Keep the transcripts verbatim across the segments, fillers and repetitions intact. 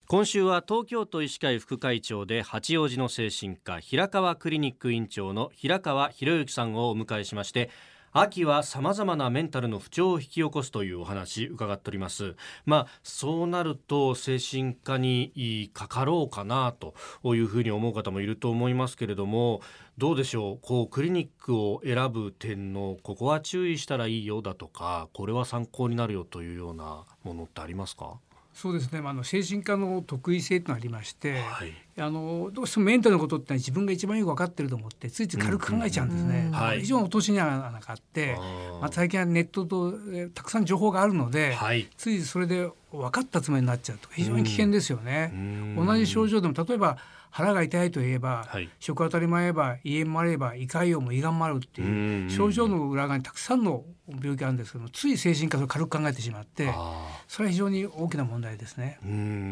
今週は東京都医師会副会長で八王子の精神科平川クリニック院長の平川博之さんをお迎えしまして、秋は様々なメンタルの不調を引き起こすというお話伺っております。まあそうなると精神科にかかろうかなというふうに思う方もいると思いますけれども、どうでしょう、こうクリニックを選ぶ点のここは注意したらいいよだとか、これは参考になるよというようなものってありますか？ そうですね、あの精神科の得意性というのがありまして、 はい、 あのどうしてもメンタルのことってのは自分が一番よく分かっていると思ってついつい軽く考えちゃうんですね、うんうんうん、はい、非常に落とし穴があって、まあ、最近はネットと、えー、たくさん情報があるので、はい、ついそれで分かったつもりになっちゃうと非常に危険ですよね、うん、同じ症状でも例えば腹が痛いといえば、はい、食当たりもあれば胃炎もあれば胃潰瘍も胃がんもあるっていう症状の裏側にたくさんの病気があるんですけども、つい精神科を軽く考えてしまって、それは非常に大きな問題ですね。 うん、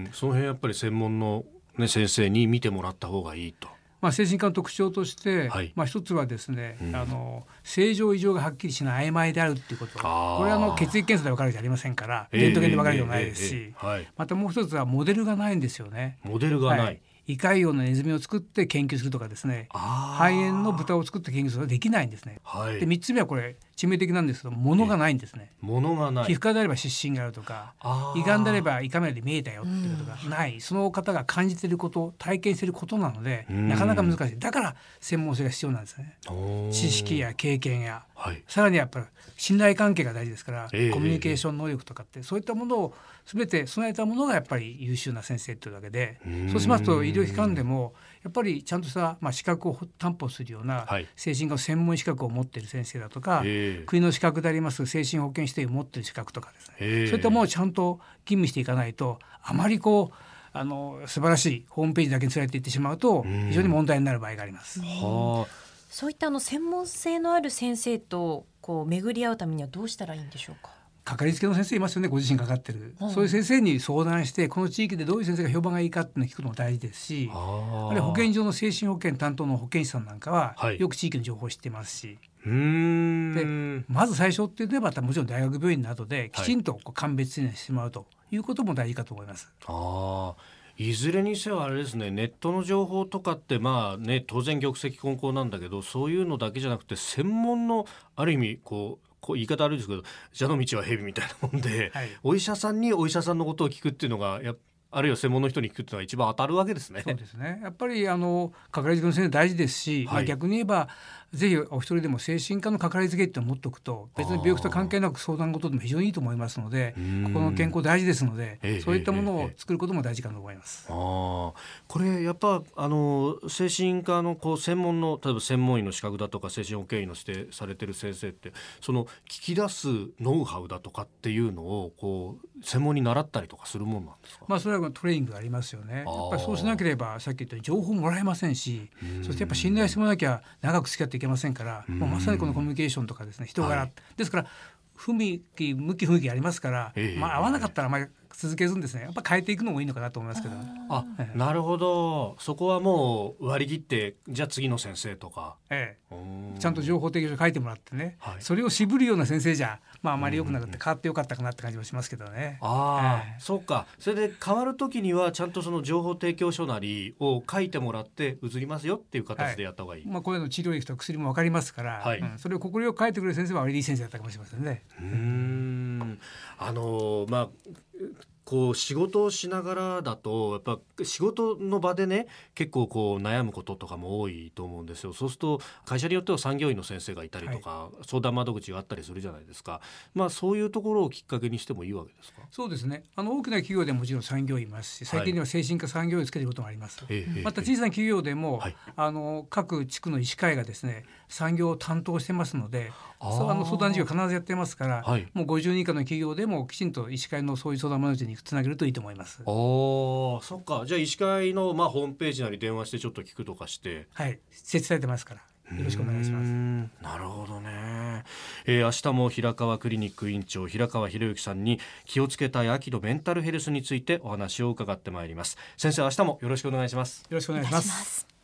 その辺やっぱり専門の、ね、先生に見てもらった方がいいと。 まあ、精神科の特徴として、はい、まあ、一つはですね、うん、あの正常異常がはっきりしない曖昧であるということ。これはあの血液検査で分かるじゃありませんからレントゲンで分かるようないですし、えーえーえーはい、またもう一つはモデルがないんですよね。 モデルがない、はい、 胃潰瘍のネズミを作って研究するとかですね、肺炎の豚を作って研究することはできないんですね、はい、でみっつめはこれ致命的なんですけど、物がないんですね。 物がない。 皮膚科であれば湿疹があるとか、胃がんであれば胃カメラで見えたよっていうことがない、うん、その方が感じていること、体験していることなので、なかなか難しい。だから専門性が必要なんですね。知識や経験や、はい、さらにやっぱり信頼関係が大事ですから、えー、コミュニケーション能力とかって、そういったものを全て備えたものがやっぱり優秀な先生というわけで、そうしますと医療機関でもやっぱりちゃんとした、まあ、資格を担保するような精神科の専門資格を持っている先生だとか、はい、国の資格であります精神保健指定を持っている資格とかですね、そういったものをちゃんと勤務していかないと、あまりこうあの素晴らしいホームページだけにつられていってしまうと非常に問題になる場合があります。 はあ、そういったあの専門性のある先生とこう巡り合うためにはどうしたらいいんでしょうか？ かかりつけの先生いますよね、ご自身かかってる、うん、そういう先生に相談して、この地域でどういう先生が評判がいいかっていうのを聞くのも大事ですし、あるいは保健所の精神保健担当の保健師さんなんかは、はい、よく地域の情報を知ってますし、うーんでまず最初っていうのはまたもちろん大学病院などできちんとこう鑑別にしてもらうということも大事かと思います。 はい、あいずれにせよあれですね、ネットの情報とかってまあね、当然玉石混交なんだけど、そういうのだけじゃなくて専門のある意味こうこう言い方悪いですけど蛇の道は蛇みたいなもんで、はい、お医者さんにお医者さんのことを聞くっていうのがやあるいは専門の人に聞くっていうのが一番当たるわけですね。 そうですね、やっぱりあのかかりつけの先生大事ですし、はい、まあ、逆に言えばぜひお一人でも精神科のかかりつけって持っておくと別に病気と関係なく相談事でも非常にいいと思いますので、ここの健康大事ですので、ええ、そういったものを作ることも大事かと思います。 ええ、あこれやっぱあの精神科のこう専門の例えば専門医の資格だとか精神保健医の指定されてる先生ってその聞き出すノウハウだとかっていうのをこう専門に習ったりとかするもんなんですか？ まあ、それはトレーニングがありますよね。やっぱりそうしなければさっき言ったように情報もらえませんし、そしてやっぱ信頼してもらわなきゃ長く付き合っていけませんから、もうまさにこのコミュニケーションとかですね、人柄、はい、ですから不向き向き不向きありますから、えーまあ、合わなかったらあまり続けずにですね、やっぱ変えていくのもいいのかなと思いますけど、ね、 あ、ええ、なるほど。そこはもう割り切ってじゃあ次の先生とか、 ええ、ちゃんと情報提供書書いてもらってね、はい、それを渋るような先生じゃ、まあ、あまり良くなくて変わってよかったかなって感じもしますけどね。 あ、ええ、そうか。それで変わる時にはちゃんとその情報提供書なりを書いてもらって移りますよっていう形でやった方がいい、 はい、まあ、こういうの治療液と薬も分かりますから、はい、うん、それを心よく書いてくれる先生は割りいい先生だったかもしれませんね。 うーんあのまあこう仕事をしながらだとやっぱ仕事の場でね結構こう悩むこととかも多いと思うんですよ。そうすると会社によっては産業医の先生がいたりとか、はい、相談窓口があったりするじゃないですか。まあそういうところをきっかけにしてもいいわけですか？ そうですね、あの大きな企業でももちろん産業医いますし、最近では精神科産業医をつけていることもあります、はい、また小さな企業でも、はい、あの各地区の医師会がですね産業を担当してますので、そうあの相談事業必ずやってますから、はい、もうごじゅうにん以下の企業でもきちんと医師会のそういう相談窓口につなげるといいと思います。 あ、そっか。じゃあ医師会の、まあ、ホームページなり電話してちょっと聞くとかして、 はい、設置されてますからよろしくお願いします。 なるほどね、えー、明日も平川クリニック院長平川博之さんに気をつけたい秋のメンタルヘルスについてお話を伺ってまいります。先生、明日もよろしくお願いします。 よろしくお願いします。